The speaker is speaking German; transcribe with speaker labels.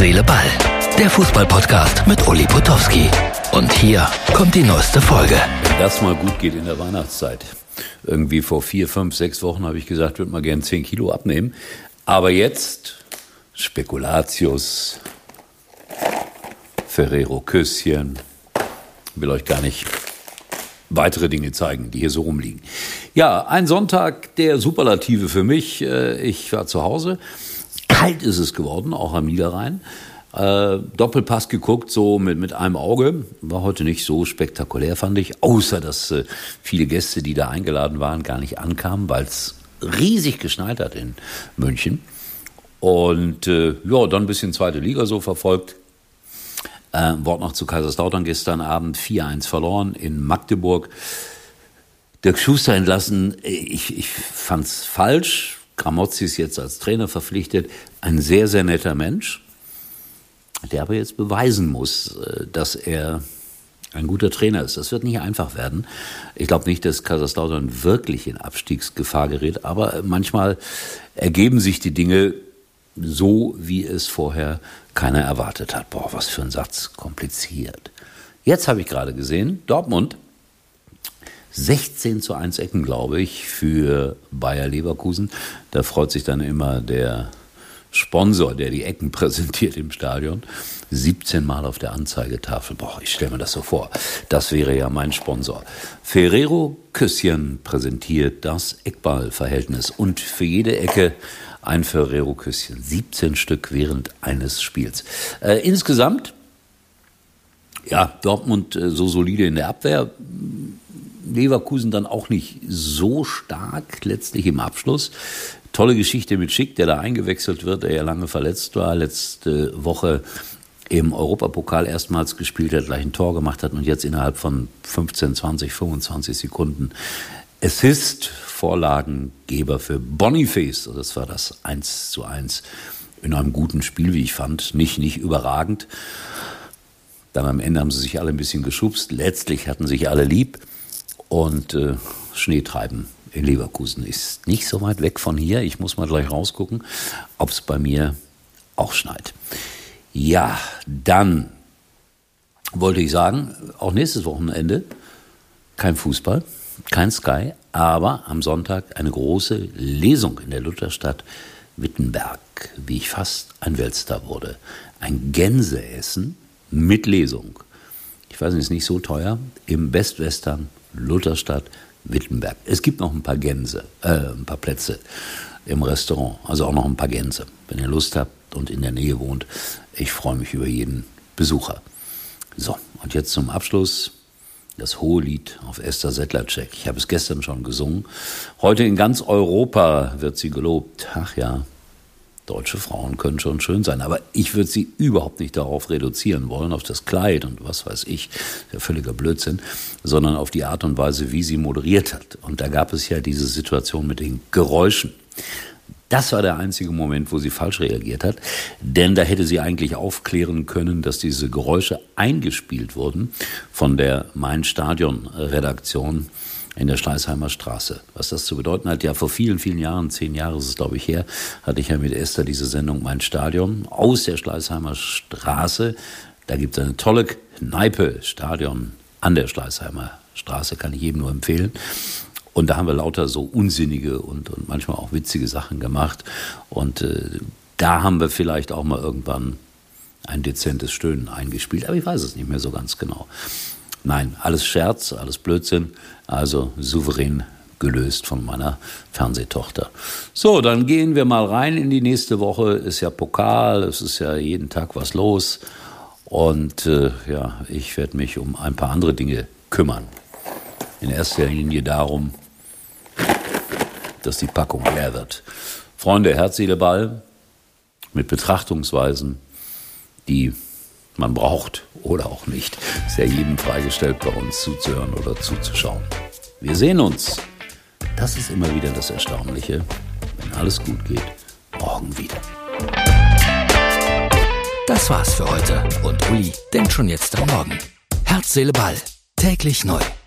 Speaker 1: Seele, Ball. Der Fußball-Podcast mit Uli Potowski. Und hier kommt die neueste Folge.
Speaker 2: Wenn das mal gut geht in der Weihnachtszeit. Irgendwie vor 4, 5, 6 Wochen habe ich gesagt, würde mal gerne 10 Kilo abnehmen. Aber jetzt Spekulatius, Ferrero-Küsschen. Will euch gar nicht weitere Dinge zeigen, die hier so rumliegen. Ja, ein Sonntag der Superlative für mich. Ich war zu Hause. Kalt ist es geworden, auch am Niederrhein. Doppelpass geguckt, so mit einem Auge. War heute nicht so spektakulär, fand ich. Außer, dass viele Gäste, die da eingeladen waren, gar nicht ankamen, weil es riesig geschneit hat in München. Und dann ein bisschen zweite Liga so verfolgt. Wort noch zu Kaiserslautern gestern Abend 4-1 verloren in Magdeburg. Dirk Schuster entlassen, ich fand's falsch. Gramozzi ist jetzt als Trainer verpflichtet. Ein sehr, sehr netter Mensch, der aber jetzt beweisen muss, dass er ein guter Trainer ist. Das wird nicht einfach werden. Ich glaube nicht, dass Kaiserslautern wirklich in Abstiegsgefahr gerät, aber manchmal ergeben sich die Dinge so, wie es vorher keiner erwartet hat. Boah, was für ein Satz, kompliziert. Jetzt habe ich gerade gesehen, Dortmund, 16:1 Ecken, glaube ich, für Bayer Leverkusen. Da freut sich dann immer der Sponsor, der die Ecken präsentiert im Stadion. 17 Mal auf der Anzeigetafel. Boah, ich stelle mir das so vor. Das wäre ja mein Sponsor. Ferrero-Küsschen präsentiert das Eckballverhältnis. Und für jede Ecke ein Ferrero-Küsschen. 17 Stück während eines Spiels. Insgesamt, ja, Dortmund so solide in der Abwehr. Leverkusen dann auch nicht so stark, letztlich im Abschluss. Tolle Geschichte mit Schick, der da eingewechselt wird, der ja lange verletzt war, letzte Woche im Europapokal erstmals gespielt hat, gleich ein Tor gemacht hat und jetzt innerhalb von 15, 20, 25 Sekunden Assist, Vorlagengeber für Boniface. Das war das 1:1 in einem guten Spiel, wie ich fand, nicht überragend. Dann am Ende haben sie sich alle ein bisschen geschubst, letztlich hatten sich alle lieb. Und Schneetreiben in Leverkusen ist nicht so weit weg von hier. Ich muss mal gleich rausgucken, ob es bei mir auch schneit. Ja, dann wollte ich sagen, auch nächstes Wochenende kein Fußball, kein Sky, aber am Sonntag eine große Lesung in der Lutherstadt Wittenberg, wie ich fast ein Weltstar wurde. Ein Gänseessen mit Lesung. Ich weiß nicht, ist nicht so teuer, im Best Western Lutherstadt Wittenberg. Es gibt noch ein paar Plätze im Restaurant, also auch noch ein paar Gänse. Wenn ihr Lust habt und in der Nähe wohnt, ich freue mich über jeden Besucher. So, und jetzt zum Abschluss das hohe Lied auf Esther Sedlacek. Ich habe es gestern schon gesungen. Heute in ganz Europa wird sie gelobt. Ach ja, deutsche Frauen können schon schön sein, aber ich würde sie überhaupt nicht darauf reduzieren wollen, auf das Kleid und was weiß ich, der völliger Blödsinn, sondern auf die Art und Weise, wie sie moderiert hat. Und da gab es ja diese Situation mit den Geräuschen. Das war der einzige Moment, wo sie falsch reagiert hat, denn da hätte sie eigentlich aufklären können, dass diese Geräusche eingespielt wurden von der Mein-Stadion-Redaktion in der Schleißheimer Straße. Was das zu bedeuten hat, ja, vor vielen, vielen Jahren, 10 Jahre ist es, glaube ich, her, hatte ich ja mit Esther diese Sendung Mein Stadion aus der Schleißheimer Straße. Da gibt es eine tolle Kneipe, Stadion an der Schleißheimer Straße, kann ich jedem nur empfehlen. Und da haben wir lauter so unsinnige und manchmal auch witzige Sachen gemacht. Und da haben wir vielleicht auch mal irgendwann ein dezentes Stöhnen eingespielt, aber ich weiß es nicht mehr so ganz genau. Nein, alles Scherz, alles Blödsinn, also souverän gelöst von meiner Fernsehtochter. So, dann gehen wir mal rein in die nächste Woche. Ist ja Pokal, es ist ja jeden Tag was los. Und ich werde mich um ein paar andere Dinge kümmern. In erster Linie darum, dass die Packung leer wird. Freunde, Herz, Seele, Ball mit Betrachtungsweisen, die man braucht oder auch nicht. Ist ja jedem freigestellt, bei uns zuzuhören oder zuzuschauen. Wir sehen uns. Das ist immer wieder das Erstaunliche. Wenn alles gut geht, morgen wieder.
Speaker 1: Das war's für heute. Und Uli denkt schon jetzt am Morgen. Herz, Seele, Ball. Täglich neu.